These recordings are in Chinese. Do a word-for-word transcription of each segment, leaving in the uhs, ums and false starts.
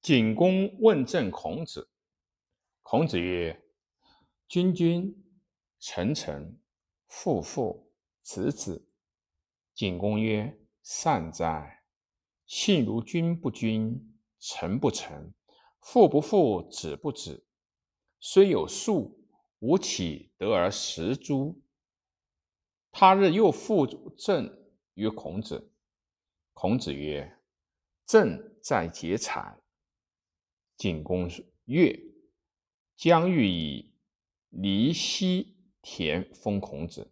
景公问政孔子。孔子曰：君君，臣臣，父父，子子。景公曰：善哉！信如君不君，臣不臣，父不父，子不子。虽有粟，吾岂得而食诸？他日又复政于孔子。孔子曰：政在劫财。景公曰：将欲以离西田封孔子。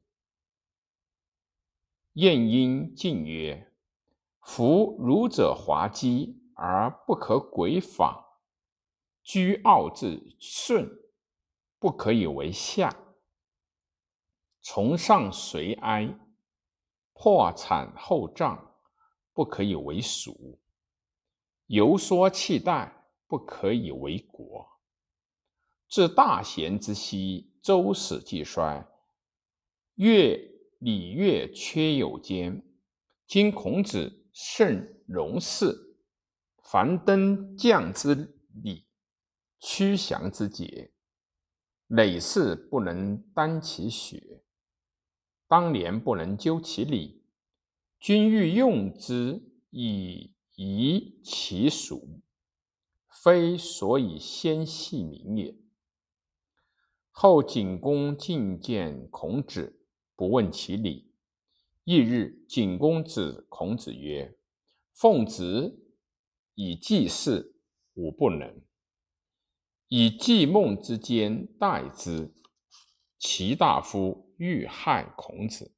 晏婴进曰：夫儒者华稽而不可诡访，居傲自顺，不可以为下。从上随哀，破产后杖，不可以为蜀。游说弃代，不可以为国。至大贤之期，周始既衰，乐礼乐缺有间。今孔子甚容事，凡登降之礼，趋祥之节，累世不能担其学，当年不能究其理。君欲用之以夷其俗，非所以先系民也。后景公进见孔子，不问其理。翌日，景公子孔子曰：奉子以祭祀，吾不能；以季孟之间待之，其大夫欲害孔子。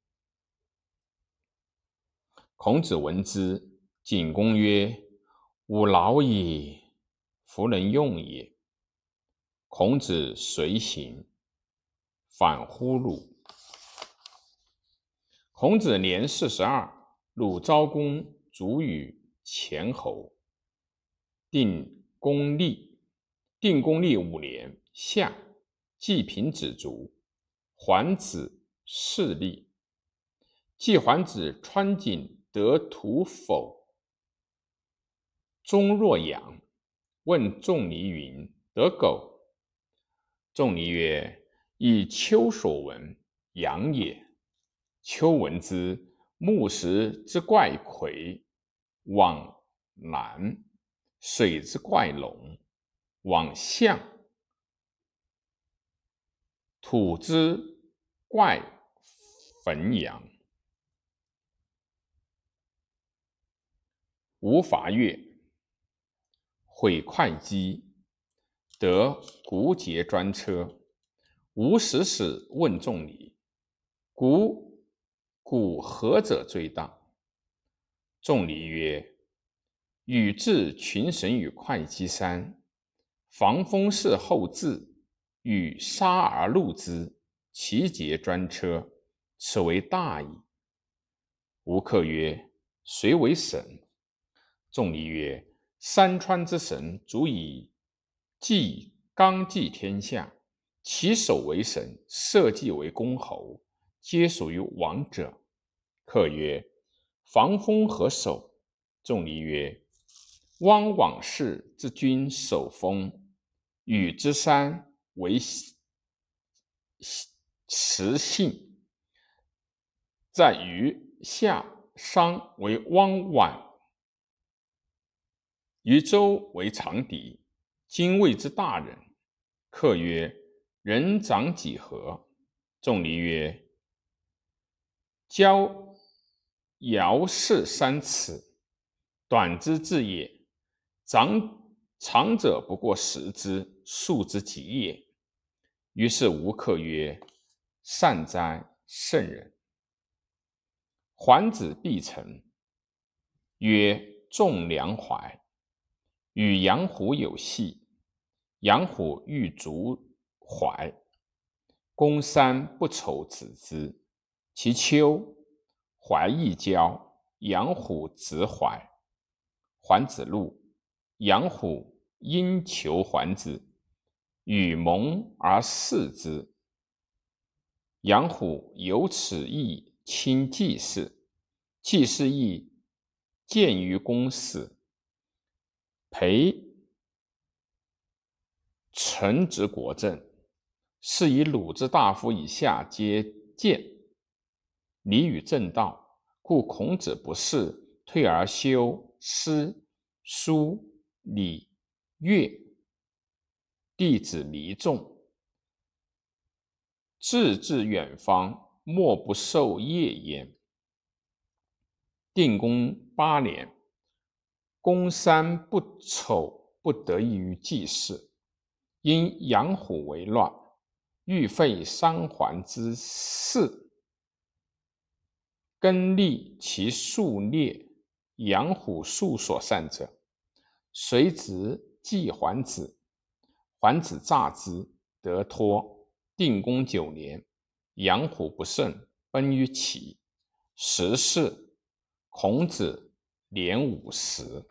孔子闻之。景公曰：吾老矣，弗能用也。孔子随行，反乎鲁。孔子年四十二，鲁昭公卒于前侯。定公历，定公历五年夏，季平子卒，桓子嗣立。季桓子穿井得土否？钟若阳问仲尼云：得狗？仲尼曰：以丘所闻，阳也。丘闻之，木石之怪魁，往南；水之怪龙，往象；土之怪汾阳。吴伐越，毁会稽，得古节专车。吴使使问仲尼：古古何者最大？仲尼曰：禹治群神于会稽山，防风氏后至，禹杀而戮之，其节专车，此为大矣。吴客曰：谁为神？仲尼曰：山川之神，足以济纲济天下，其首为神，社稷为公侯，皆属于王者。客曰：防风何首？仲尼曰：汪往氏之君守风，禹之山为雌性，在于夏商为汪宛，于周为长狄，今谓之大人。客曰：人长几何？仲尼曰：交尧氏三尺，短之至也，长长者不过十之，数之极也。于是吴客曰：善哉，圣人！桓子必成，曰：仲梁怀。与阳虎有隙，阳虎欲逐怀，公山不丑子之。其秋，怀亦交，阳虎子怀。桓子怒，阳虎因求桓子，与盟而弑之。阳虎有此意亲季氏，季氏亦见于公死，陪臣执国政，是以鲁之大夫以下皆谏，礼与正道，故孔子不仕，退而修诗、书、礼、乐，弟子弥众，志至远方，莫不受业焉。定公八年，公三不丑不得意于季氏，因养虎为乱，欲废三桓之祀，更立其数列，养虎数所善者，随之祭桓子，桓子诈之，得脱。定公九年，养虎不慎，奔于齐。时是孔子年五十。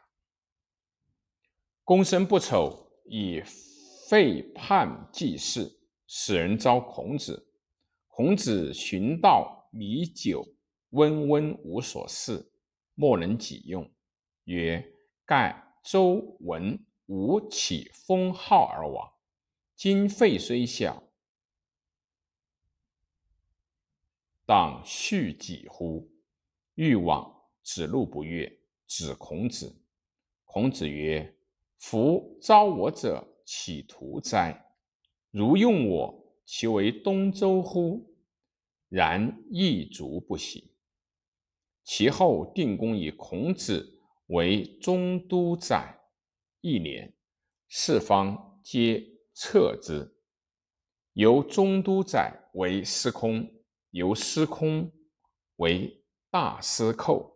公生不丑，以废叛季氏，使人召孔子。孔子循道米酒，温温无所事，莫能己用，曰：盖周文武起封号而亡，今废虽小，当续己乎？欲往，子路不悦，指孔子。孔子曰：夫招我者，岂徒哉？如用我，其为东周乎？然亦足不行。其后定公以孔子为中都宰一年，四方皆斥之，由中都宰为司空，由司空为大司寇。